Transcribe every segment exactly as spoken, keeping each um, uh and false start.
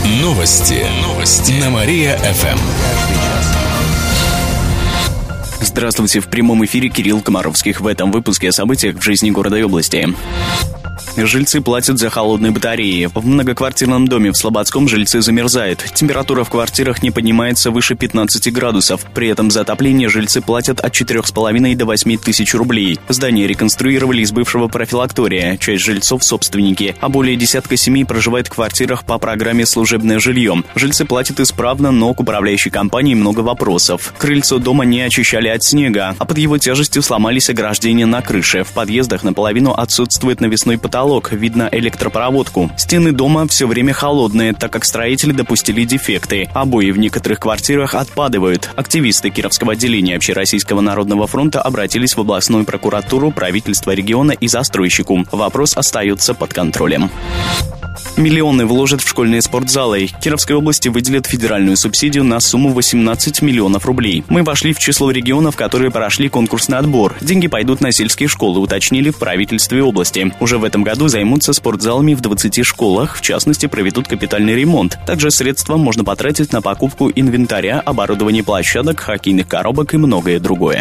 Новости. Новости. На Мария-ФМ. Здравствуйте, в прямом эфире Кирилл Комаровских. В этом выпуске о событиях в жизни города и области. Жильцы платят за холодные батареи. В многоквартирном доме в Слободском жильцы замерзают. Температура в квартирах не поднимается выше пятнадцати градусов. При этом за отопление жильцы платят от четырёх с половиной до восьми тысяч рублей. Здание реконструировали из бывшего профилактория. Часть жильцов – собственники, а более десятка семей проживает в квартирах по программе «Служебное жилье». Жильцы платят исправно, но к управляющей компании много вопросов. Крыльцо дома не очищали от снега, а под его тяжестью сломались ограждения на крыше. В подъездах наполовину отсутствует навесной потолок. Видно электропроводку. Стены дома все время холодные, так как строители допустили дефекты. Обои в некоторых квартирах отпадывают. Активисты Кировского отделения Общероссийского народного фронта обратились в областную прокуратуру, правительство региона и застройщику. Вопрос остается под контролем. Миллионы вложат в школьные спортзалы. Кировской области выделят федеральную субсидию на сумму восемнадцать миллионов рублей. Мы вошли в число регионов, которые прошли конкурсный отбор. Деньги пойдут на сельские школы, уточнили в правительстве области. Уже в этом году займутся спортзалами в двадцати школах, в частности, проведут капитальный ремонт. Также средства можно потратить на покупку инвентаря, оборудование площадок, хоккейных коробок и многое другое.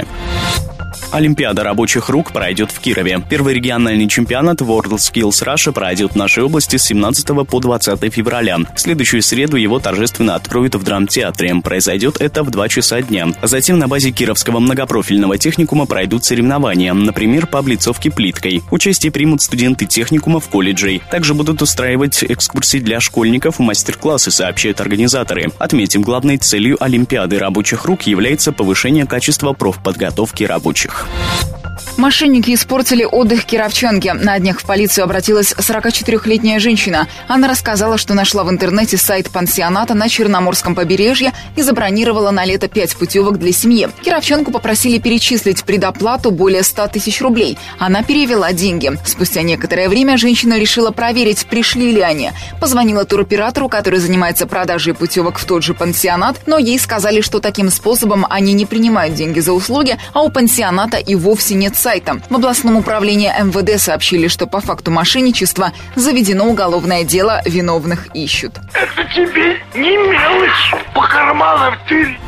Олимпиада рабочих рук пройдет в Кирове. Первый региональный чемпионат WorldSkills Russia пройдет в нашей области с семнадцатого по двадцатое февраля. В следующую среду его торжественно откроют в драмтеатре. Произойдет это в два часа дня. Затем на базе Кировского многопрофильного техникума пройдут соревнования, например, по облицовке плиткой. Участие примут студенты техникумов, колледжей. Также будут устраивать экскурсии для школьников и мастер-классы, сообщают организаторы. Отметим, главной целью Олимпиады рабочих рук является повышение качества профподготовки рабочих. Мошенники испортили отдых кировчанки. На днях в полицию обратилась сорокачетырёхлетняя женщина. Она рассказала, что нашла в интернете сайт пансионата на Черноморском побережье и забронировала на лето пять путевок для семьи. Кировчанку попросили перечислить предоплату более ста тысяч рублей. Она перевела деньги. Спустя некоторое время женщина решила проверить, пришли ли они. Позвонила туроператору, который занимается продажей путевок в тот же пансионат, но ей сказали, что таким способом они не принимают деньги за услуги, а у пансионата и вовсе нет сайта. В областном управлении эм вэ дэ сообщили, что по факту мошенничества заведено уголовное дело, виновных ищут. Это тебе не мелочь, по карманам тырь.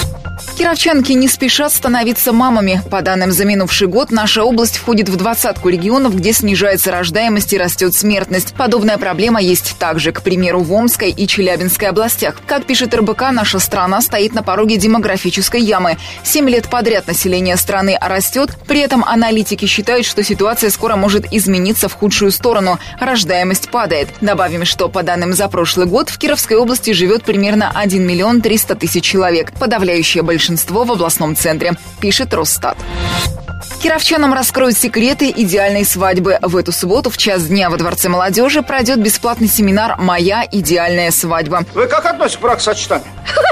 Кировчанки не спешат становиться мамами. По данным за минувший год, наша область входит в двадцатку регионов, где снижается рождаемость и растет смертность. Подобная проблема есть также, к примеру, в Омской и Челябинской областях. Как пишет эр бэ ка, наша страна стоит на пороге демографической ямы. Семь лет подряд население страны растет. При этом аналитики считают, что ситуация скоро может измениться в худшую сторону. Рождаемость падает. Добавим, что по данным за прошлый год в Кировской области живет примерно один миллион триста тысяч человек. Подавляющее большинство в областном центре, пишет Росстат. Кировчанам раскроют секреты идеальной свадьбы. В эту субботу в час дня во Дворце молодежи пройдет бесплатный семинар «Моя идеальная свадьба». Вы как относитесь к бракосочетанию?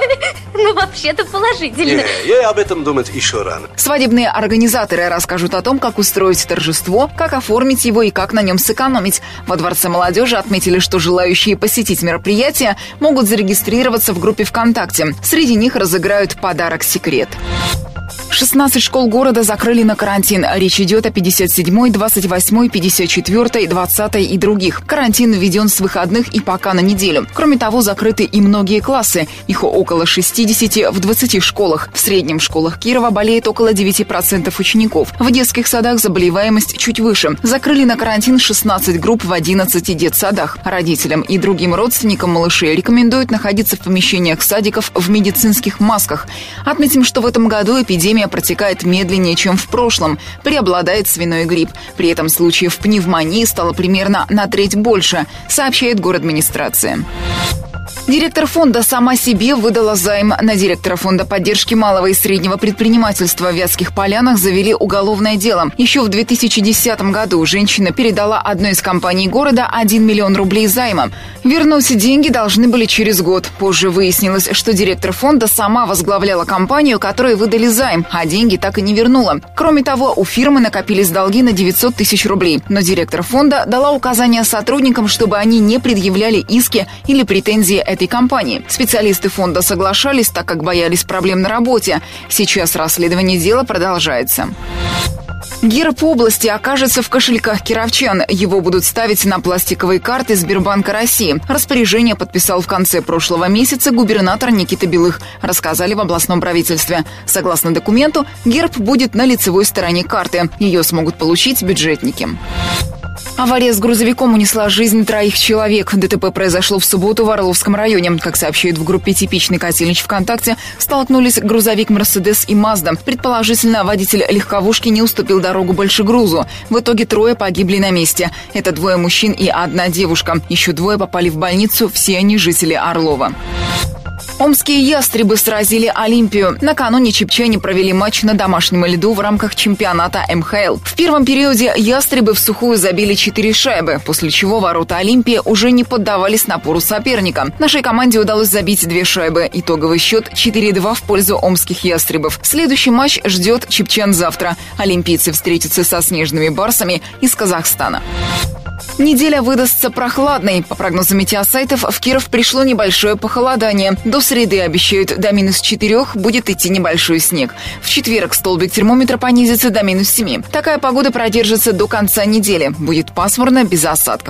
Ну, вообще-то положительно. Не, я об этом думать еще рано. Свадебные организаторы расскажут о том, как устроить торжество, как оформить его и как на нем сэкономить. Во Дворце молодежи отметили, что желающие посетить мероприятие могут зарегистрироваться в группе ВКонтакте. Среди них разыграют подарок-секрет. шестнадцать школ города закрыли на карантин. Речь идет о пятьдесят седьмой, двадцать восьмой, пятьдесят четвёртой, двадцатой и других. Карантин введен с выходных и пока на неделю. Кроме того, закрыты и многие классы. Их около шестидесяти в двадцати школах. В среднем в школах Кирова болеет около девяти процентов учеников. В детских садах заболеваемость чуть выше. Закрыли на карантин шестнадцать групп в одиннадцати детсадах. Родителям и другим родственникам малышей рекомендуют находиться в помещениях садиков в медицинских масках. Отметим, что в этом году эпидемия протекает медленнее, чем в прошлом. Преобладает свиной грипп. При этом случаев пневмонии стало примерно на треть больше, сообщает городадминистрация. Директор фонда сама себе выдала займ. На директора фонда поддержки малого и среднего предпринимательства в Вятских Полянах завели уголовное дело. Еще в две тысячи десятом году женщина передала одной из компаний города один миллион рублей займа. Вернуть деньги должны были через год. Позже выяснилось, что директор фонда сама возглавляла компанию, которой выдали займ, а деньги так и не вернула. Кроме того, у фирмы накопились долги на девятьсот тысяч рублей. Но директор фонда дала указания сотрудникам, чтобы они не предъявляли иски или претензии этой компании. Специалисты фонда соглашались, так как боялись проблем на работе. Сейчас расследование дела продолжается. Герб области окажется в кошельках кировчан. Его будут ставить на пластиковые карты Сбербанка России. Распоряжение подписал в конце прошлого месяца губернатор Никита Белых, рассказали в областном правительстве. Согласно документу, герб будет на лицевой стороне карты. Ее смогут получить бюджетники. Авария с грузовиком унесла жизнь троих человек. ДТП произошло в субботу в Орловском районе. Как сообщают в группе «Типичный котельнич» ВКонтакте, столкнулись грузовик «Мерседес» и «Мазда». Предположительно, водитель легковушки не уступил дорогу большегрузу. В итоге трое погибли на месте. Это двое мужчин и одна девушка. Еще двое попали в больницу, все они жители Орлова. Омские ястребы сразили Олимпию. Накануне чепчане провели матч на домашнем льду в рамках чемпионата эм ха эл. В первом периоде ястребы в сухую забили четыре шайбы, после чего ворота Олимпии уже не поддавались напору соперника. Нашей команде удалось забить две шайбы. Итоговый счет четыре-два в пользу омских ястребов. Следующий матч ждет чепчан завтра. Олимпийцы встретятся со снежными барсами из Казахстана. Неделя выдастся прохладной. По прогнозам метеосайтов, в Киров пришло небольшое похолодание. До среды, обещают, до минус четырех будет идти небольшой снег. В четверг столбик термометра понизится до минус семи. Такая погода продержится до конца недели. Будет пасмурно, без осадков.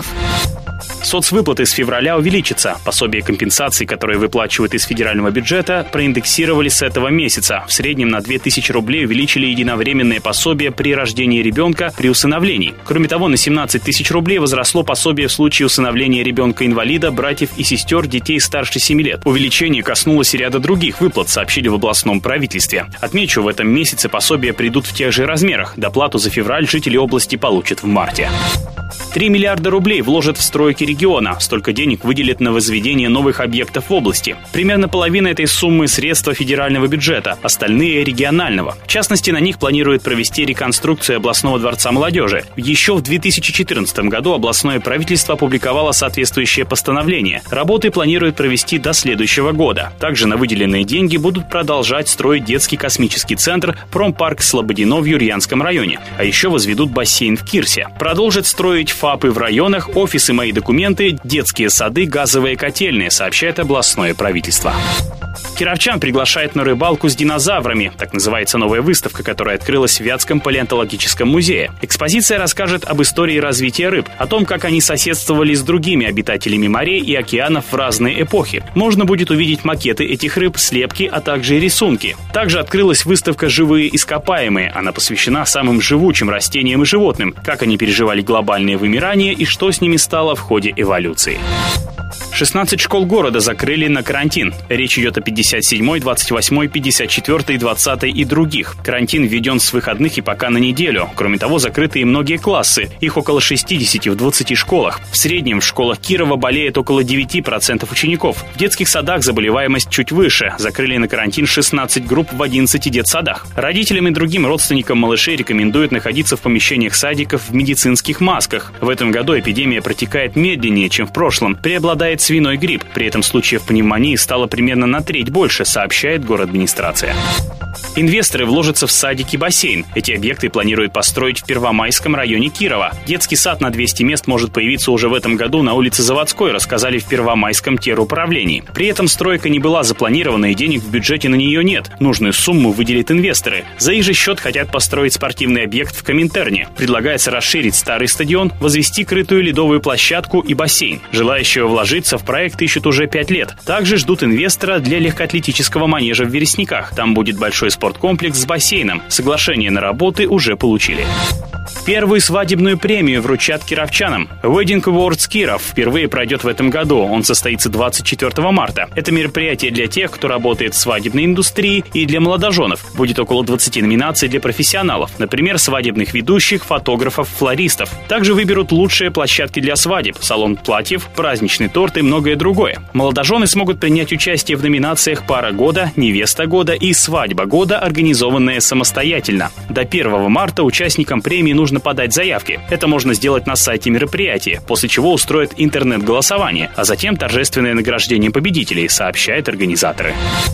Соцвыплаты с февраля увеличатся. Пособия компенсаций, которые выплачивают из федерального бюджета, проиндексировали с этого месяца. В среднем на две тысячи рублей увеличили единовременное пособие при рождении ребенка при усыновлении. Кроме того, на семнадцать тысяч рублей возросло пособие в случае усыновления ребенка-инвалида, братьев и сестер детей старше семи лет. Увеличение коснулось и ряда других выплат, сообщили в областном правительстве. Отмечу, в этом месяце пособия придут в тех же размерах. Доплату за февраль жители области получат в марте. три миллиарда рублей вложат в стройки региона. Столько денег выделят на возведение новых объектов в области. Примерно половина этой суммы – средства федерального бюджета, остальные – регионального. В частности, на них планируют провести реконструкцию областного дворца молодежи. Еще в две тысячи четырнадцатом году областное правительство опубликовало соответствующее постановление. Работы планируют провести до следующего года. Также на выделенные деньги будут продолжать строить детский космический центр, промпарк Слободино в Юрьянском районе. А еще возведут бассейн в Кирсе. Продолжат строить ФАПы в районах, офисы «Мои документы», детские сады, газовые котельные, сообщает областное правительство. Кировчан приглашает на рыбалку с динозаврами. Так называется новая выставка, которая открылась в Вятском палеонтологическом музее. Экспозиция расскажет об истории развития рыб, о том, как они соседствовали с другими обитателями морей и океанов в разные эпохи. Можно будет увидеть макеты этих рыб, слепки, а также рисунки. Также открылась выставка «Живые ископаемые». Она посвящена самым живучим растениям и животным, как они переживали глобальное вымирание и что с ними стало в ходе эволюции. шестнадцать школ города закрыли на карантин. Речь идет о пятьдесят седьмой, двадцать восьмой, пятьдесят четвёртой, двадцатой и других. Карантин введен с выходных и пока на неделю. Кроме того, закрыты и многие классы. Их около шестидесяти в двадцати школах. В среднем в школах Кирова болеет около девяти процентов учеников. В детских садах заболеваемость чуть выше. Закрыли на карантин шестнадцать групп в одиннадцати детсадах. Родителям и другим родственникам малышей рекомендуют находиться в помещениях садиков в медицинских масках. В этом году эпидемия протекает медленнее, чем в прошлом. Преобладает свиной грипп. При этом случаев пневмонии стало примерно на треть больше, сообщает городадминистрация. Инвесторы вложатся в садик и бассейн. Эти объекты планируют построить в Первомайском районе Кирова. Детский сад на двести мест может появиться уже в этом году на улице Заводской, рассказали в Первомайском теруправлении. При этом стройка не была запланирована и денег в бюджете на нее нет. Нужную сумму выделят инвесторы. За их же счет хотят построить спортивный объект в Коминтерне. Предлагается расширить старый стадион, возвести крытую ледовую площадку и бассейн. Желающего вложиться в проект ищут уже пять лет. Также ждут инвестора для легкоатлетического манежа в Вересниках. Там будет большой спорткомплекс с бассейном. Соглашение на работы уже получили. Первую свадебную премию вручат кировчанам. Wedding Awards Киров впервые пройдет в этом году. Он состоится двадцать четвёртого марта. Это мероприятие для тех, кто работает в свадебной индустрии, и для молодоженов. Будет около двадцати номинаций для профессионалов. Например, свадебных ведущих, фотографов, флористов. Также выберут лучшие площадки для свадеб, салон платьев, праздничный торт и многое другое. Молодожены смогут принять участие в номинациях «Пара года», «Невеста года» и «Свадьба года», организованные самостоятельно. До первого марта участникам премии нужно подать заявки. Это можно сделать на сайте мероприятия, после чего устроят интернет-голосование, а затем торжественное награждение победителей, сообщают организаторы.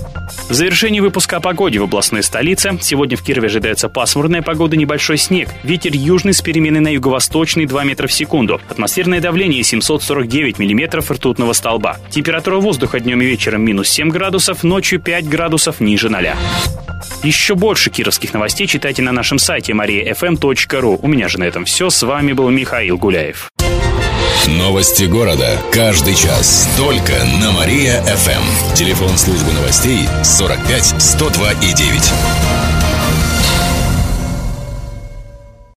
В завершении выпуска о погоде в областной столице. Сегодня в Кирове ожидается пасмурная погода, небольшой снег. Ветер южный с переменой на юго-восточный два метра в секунду. Атмосферное давление семьсот сорок девять миллиметров ртутного столба. Температура воздуха днем и вечером минус семь градусов, ночью пять градусов ниже ноля. Еще больше кировских новостей читайте на нашем сайте мария эф эм точка ру. У меня же на этом все. С вами был Михаил Гуляев. Новости города. Каждый час. Только на Мария-ФМ. Телефон службы новостей сорок пять сто два и девять.